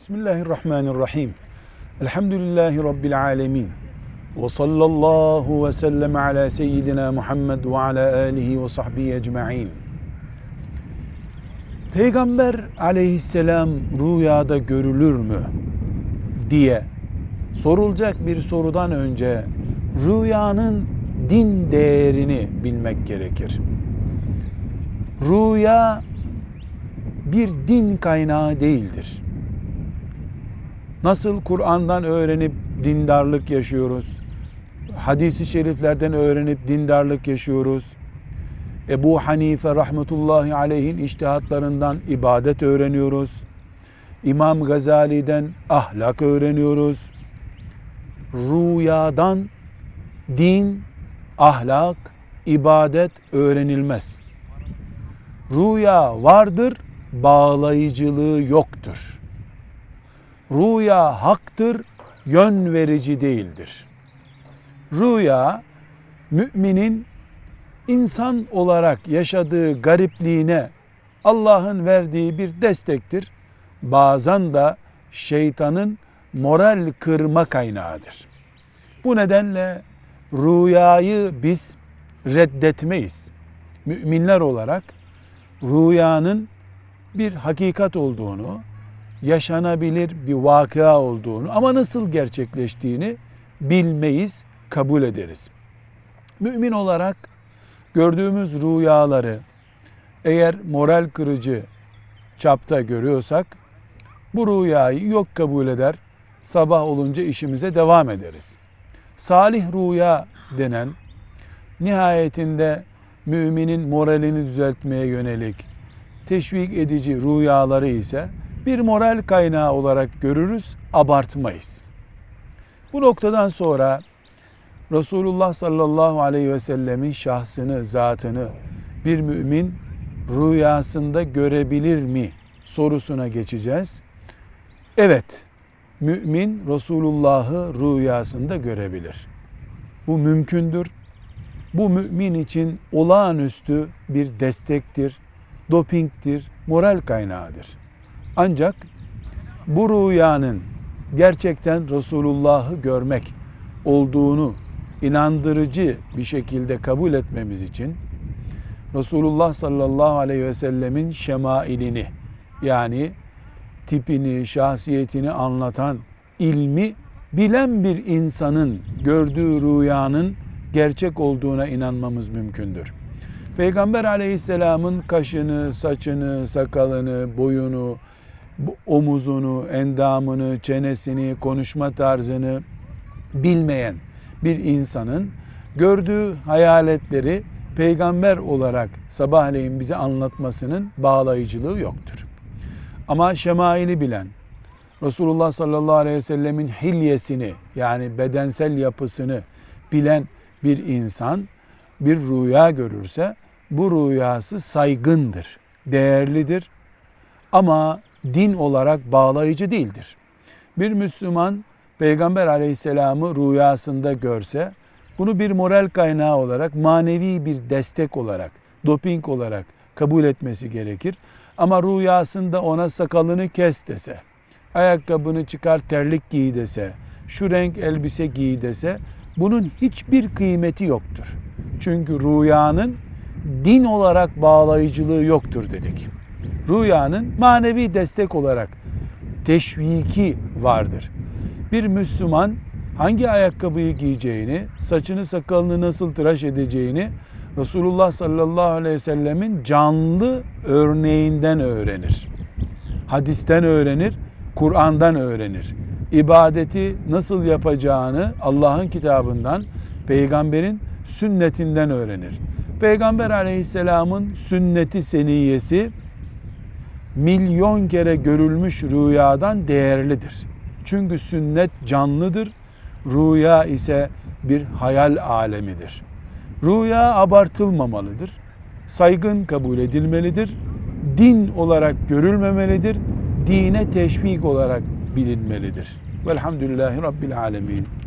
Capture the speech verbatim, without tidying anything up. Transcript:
Bismillahirrahmanirrahim. Elhamdülillahi Rabbil alemin. Ve sallallahu ve sellem ala seyyidina Muhammed ve ala alihi ve sahbihi ecma'in. Peygamber aleyhisselam rüyada görülür mü diye sorulacak bir sorudan önce rüyanın din değerini bilmek gerekir. Rüya bir din kaynağı değildir. Nasıl Kur'an'dan öğrenip dindarlık yaşıyoruz, hadis-i şeriflerden öğrenip dindarlık yaşıyoruz, Ebu Hanife rahmetullahi aleyhin içtihatlarından ibadet öğreniyoruz, İmam Gazali'den ahlak öğreniyoruz. Rüyadan din, ahlak, ibadet öğrenilmez. Rüya vardır, bağlayıcılığı yoktur. Rüya haktır, yön verici değildir. Rüya, müminin insan olarak yaşadığı garipliğine Allah'ın verdiği bir destektir. Bazen de şeytanın moral kırma kaynağıdır. Bu nedenle rüyayı biz reddetmeyiz. Müminler olarak rüyanın bir hakikat olduğunu, yaşanabilir bir vakıa olduğunu ama nasıl gerçekleştiğini bilmeyiz, kabul ederiz. Mümin olarak gördüğümüz rüyaları eğer moral kırıcı çapta görüyorsak bu rüyayı yok kabul eder, sabah olunca işimize devam ederiz. Salih rüya denen, nihayetinde müminin moralini düzeltmeye yönelik teşvik edici rüyaları ise bir moral kaynağı olarak görürüz, abartmayız. Bu noktadan sonra Resulullah sallallahu aleyhi ve sellemin şahsını, zatını bir mümin rüyasında görebilir mi sorusuna geçeceğiz. Evet, mümin Resulullah'ı rüyasında görebilir. Bu mümkündür. Bu mümin için olağanüstü bir destektir, dopingtir, moral kaynağıdır. Ancak bu rüyanın gerçekten Resulullah'ı görmek olduğunu inandırıcı bir şekilde kabul etmemiz için Resulullah sallallahu aleyhi ve sellemin şemailini, yani tipini, şahsiyetini anlatan ilmi bilen bir insanın gördüğü rüyanın gerçek olduğuna inanmamız mümkündür. Peygamber aleyhisselamın kaşını, saçını, sakalını, boyunu, omuzunu, endamını, çenesini, konuşma tarzını bilmeyen bir insanın gördüğü hayaletleri peygamber olarak sabahleyin bize anlatmasının bağlayıcılığı yoktur. Ama şemaili bilen, Resulullah sallallahu aleyhi ve sellemin hilyesini, yani bedensel yapısını bilen bir insan bir rüya görürse bu rüyası saygındır, değerlidir ama din olarak bağlayıcı değildir. Bir Müslüman Peygamber aleyhisselamı rüyasında görse bunu bir moral kaynağı olarak, manevi bir destek olarak, doping olarak kabul etmesi gerekir. Ama rüyasında ona sakalını kes dese, ayakkabını çıkar terlik giy dese, şu renk elbise giy dese bunun hiçbir kıymeti yoktur. Çünkü rüyanın din olarak bağlayıcılığı yoktur dedik. Rüyanın manevi destek olarak teşviki vardır. Bir Müslüman hangi ayakkabıyı giyeceğini, saçını sakalını nasıl tıraş edeceğini Resulullah sallallahu aleyhi ve sellemin canlı örneğinden öğrenir. Hadisten öğrenir, Kur'an'dan öğrenir. İbadeti nasıl yapacağını Allah'ın kitabından, peygamberin sünnetinden öğrenir. Peygamber aleyhisselamın sünneti seniyyesi milyon kere görülmüş rüyadan değerlidir. Çünkü sünnet canlıdır, rüya ise bir hayal alemidir. Rüya abartılmamalıdır, saygın kabul edilmelidir, din olarak görülmemelidir, dine teşvik olarak bilinmelidir. Velhamdülillahi Rabbil alemin.